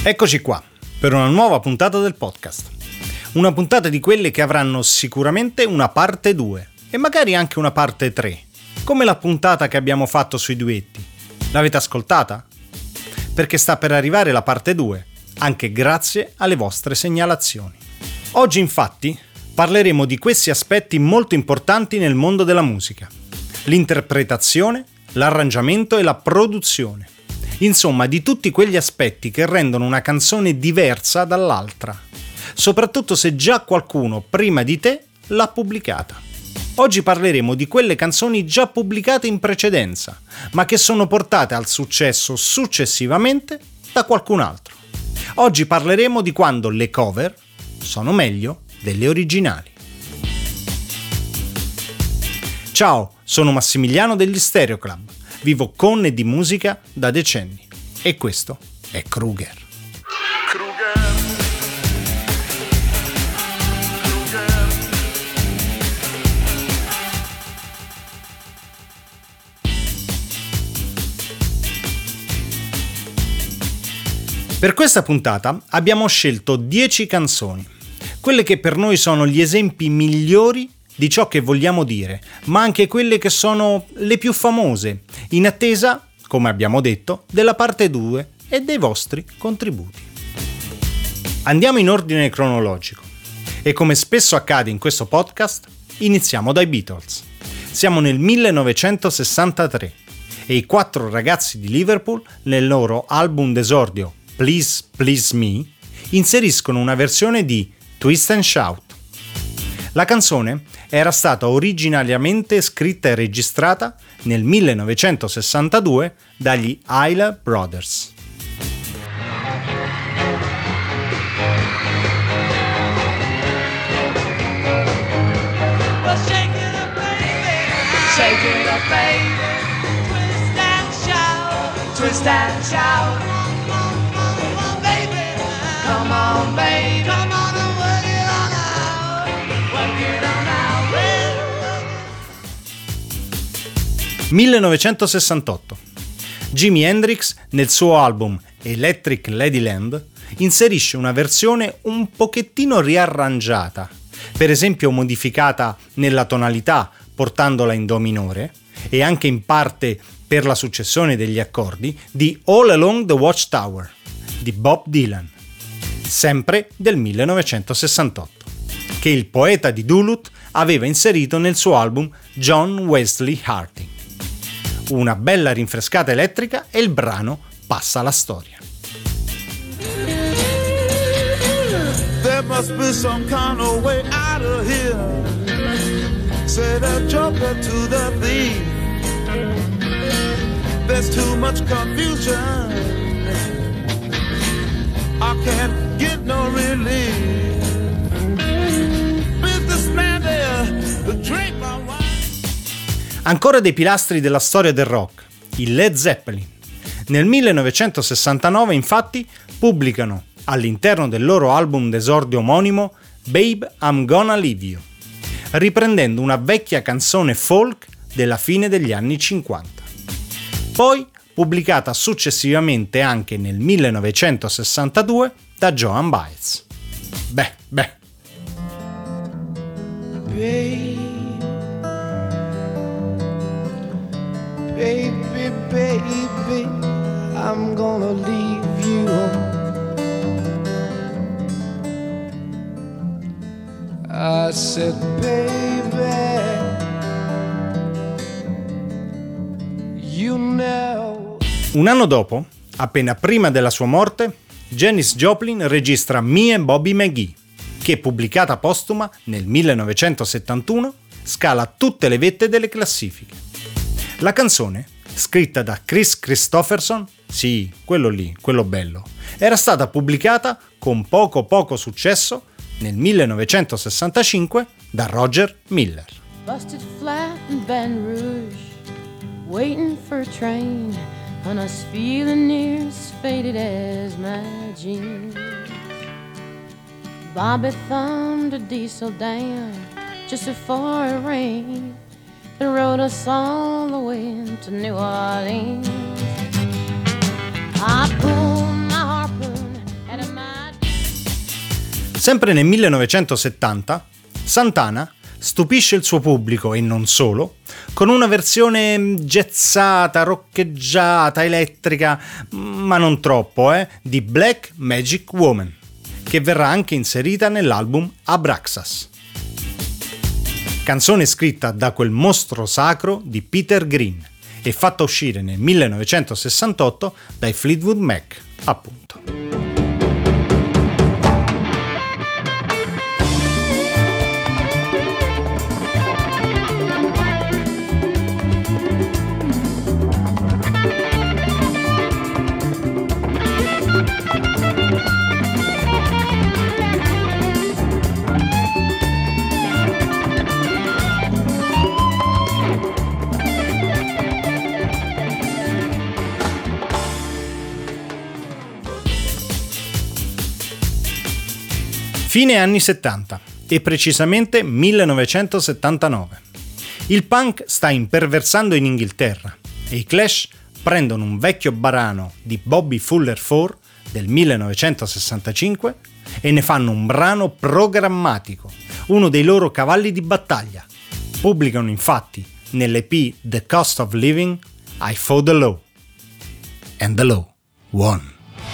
Eccoci qua, per una nuova puntata del podcast. Una puntata di quelle che avranno sicuramente una parte 2 e magari anche una parte 3, come la puntata che abbiamo fatto sui duetti. L'avete ascoltata? Perché sta per arrivare la parte 2, anche grazie alle vostre segnalazioni. Oggi infatti parleremo di questi aspetti molto importanti nel mondo della musica: l'interpretazione, l'arrangiamento e la produzione. Insomma, di tutti quegli aspetti che rendono una canzone diversa dall'altra, soprattutto se già qualcuno prima di te l'ha pubblicata. Oggi parleremo di quelle canzoni già pubblicate in precedenza, ma che sono portate al successo successivamente da qualcun altro. Oggi parleremo di quando le cover sono meglio delle originali. Ciao, sono Massimiliano degli Stereo Club. Vivo con e di musica da decenni. E questo è Kruger. Per questa puntata abbiamo scelto 10 canzoni, quelle che per noi sono gli esempi migliori di ciò che vogliamo dire, ma anche quelle che sono le più famose, in attesa, come abbiamo detto, della parte 2 e dei vostri contributi. Andiamo in ordine cronologico e, come spesso accade in questo podcast, iniziamo dai Beatles. Siamo nel 1963 e i 4 ragazzi di Liverpool, nel loro album d'esordio Please Please Me, inseriscono una versione di Twist and Shout. La canzone era stata originariamente scritta e registrata nel 1962 dagli Isley Brothers. Well, shake it up, baby. Shake it up, baby. Twist and shout. Twist and shout. Come on, baby. Come on, baby. Come on and work it on out. Work it on out, baby. 1968. Jimi Hendrix, nel suo album Electric Ladyland, inserisce una versione un pochettino riarrangiata, per esempio modificata nella tonalità portandola in do minore e anche in parte per la successione degli accordi, di All Along the Watchtower di Bob Dylan, sempre del 1968, che il poeta di Duluth aveva inserito nel suo album John Wesley Harding. Una bella rinfrescata elettrica e il brano passa alla storia. There must be some kind of way out of here. Say the joker to the thief. There's too much confusion. I can't get no relief. Businessman there, the drink my wife. Ancora dei pilastri della storia del rock, i Led Zeppelin. Nel 1969 infatti pubblicano all'interno del loro album d'esordio omonimo Babe I'm Gonna Leave You, riprendendo una vecchia canzone folk della fine degli anni 50. Poi pubblicata successivamente anche nel 1962 da Joan Baez. Beh. Baby, baby, I'm gonna leave you. I said, baby, you know. Un anno dopo, appena prima della sua morte, Janis Joplin registra Me and Bobby McGee, che, pubblicata postuma nel 1971, scala tutte le vette delle classifiche. La canzone, scritta da Chris Christopherson, sì, quello lì, quello bello, era stata pubblicata con poco successo nel 1965 da Roger Miller. Busted flat in Baton Rouge, waiting for a train, and I was feeling near as faded as my jeans. Bobby thumbed a diesel down just before it rained and rode us all the way to New Orleans. I pulled my harpoon Sempre nel 1970, Santana stupisce il suo pubblico, e non solo, con una versione jazzata, roccheggiata, elettrica, ma non troppo, di Black Magic Woman, che verrà anche inserita nell'album Abraxas. Canzone scritta da quel mostro sacro di Peter Green e fatta uscire nel 1968 dai Fleetwood Mac, appunto. Fine anni 70 e precisamente 1979. Il punk sta imperversando in Inghilterra e i Clash prendono un vecchio brano di Bobby Fuller 4 del 1965 e ne fanno un brano programmatico, uno dei loro cavalli di battaglia. Pubblicano infatti nell'EP The Cost of Living I Fought the Law. And the law won.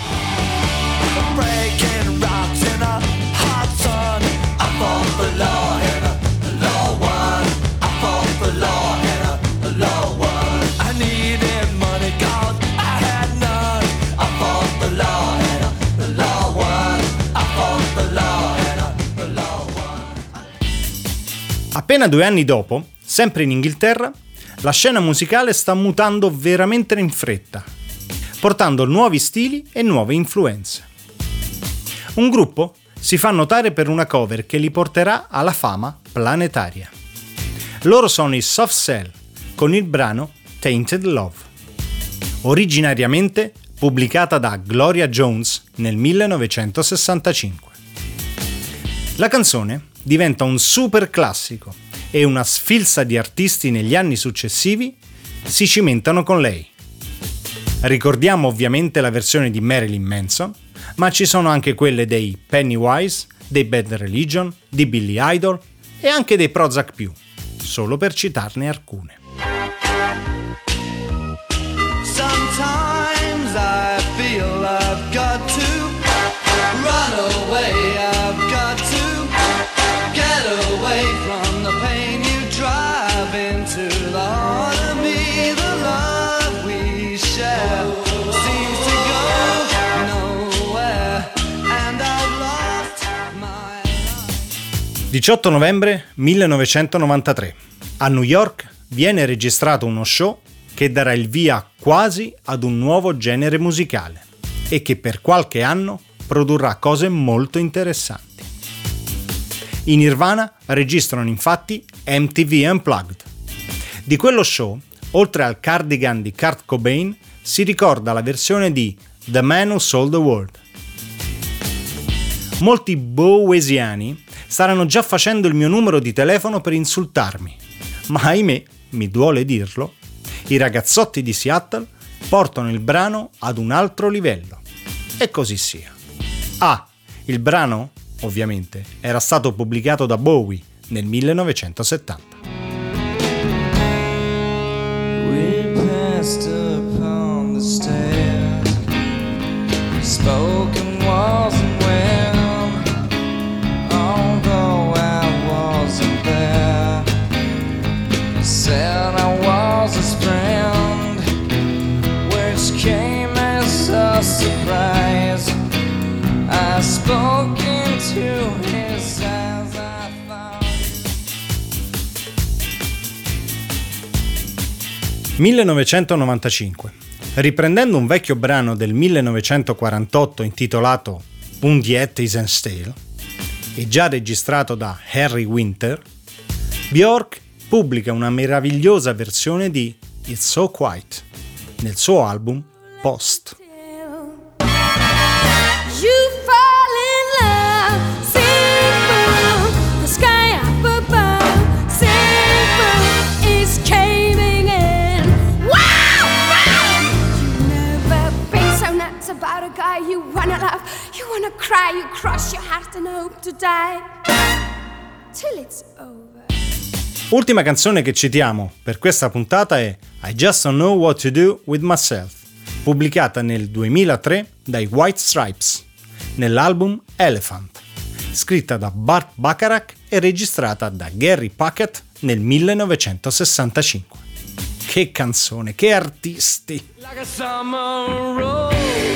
Appena 2 anni dopo, sempre in Inghilterra, la scena musicale sta mutando veramente in fretta, portando nuovi stili e nuove influenze. Un gruppo si fa notare per una cover che li porterà alla fama planetaria. Loro sono i Soft Cell, con il brano Tainted Love, originariamente pubblicata da Gloria Jones nel 1965. La canzone diventa un super classico e una sfilza di artisti negli anni successivi si cimentano con lei. Ricordiamo ovviamente la versione di Marilyn Manson, ma ci sono anche quelle dei Pennywise, dei Bad Religion, di Billy Idol e anche dei Prozac Più, solo per citarne alcune. Sometimes I feel I've got to run away, I've got to get away from the pain you drive into the heart of me. The love we share seems to go nowhere, and I've lost my life. 18 novembre 1993. A New York viene registrato uno show che darà il via quasi ad un nuovo genere musicale e che per qualche anno produrrà cose molto interessanti. I Nirvana registrano infatti MTV Unplugged. Di quello show, oltre al Cardigan di Kurt Cobain, si ricorda la versione di The Man Who Sold the World. Molti bowesiani staranno già facendo il mio numero di telefono per insultarmi, ma ahimè, mi duole dirlo, i ragazzotti di Seattle portano il brano ad un altro livello. E così sia. Il brano, ovviamente, era stato pubblicato da Bowie nel 1970. We passed upon the stair, spoken wasn't well, although I wasn't there. He said I was his friend, which came as a surprise. I spoke into his eyes, I thought. 1995. Riprendendo un vecchio brano del 1948 intitolato Un Diet is en Stale e già registrato da Harry Winter, Björk pubblica una meravigliosa versione di It's So Quiet nel suo album Post. You fall in love, simple. The sky up above, simple, is caving in. Wow, wow! You never been so nuts about a guy you wanna love, you wanna cry, why you cross your heart and hope to die till it's over. Ultima canzone che citiamo per questa puntata è I Just Don't Know What to Do With Myself, pubblicata nel 2003 dai White Stripes, nell'album Elephant, scritta da Burt Bacharach e registrata da Gary Puckett nel 1965. Che canzone, che artisti! Like a summer rose.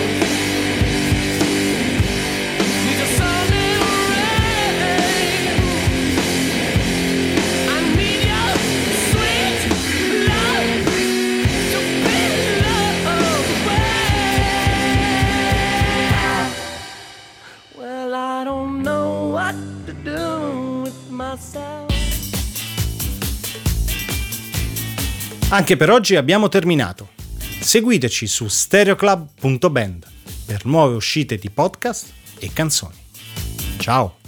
Need a sun and rain. I need your sweet love to be loved well. Well, I don't know what to do with myself. Anche per oggi abbiamo terminato. Seguiteci su stereoclub.band per nuove uscite di podcast e canzoni. Ciao!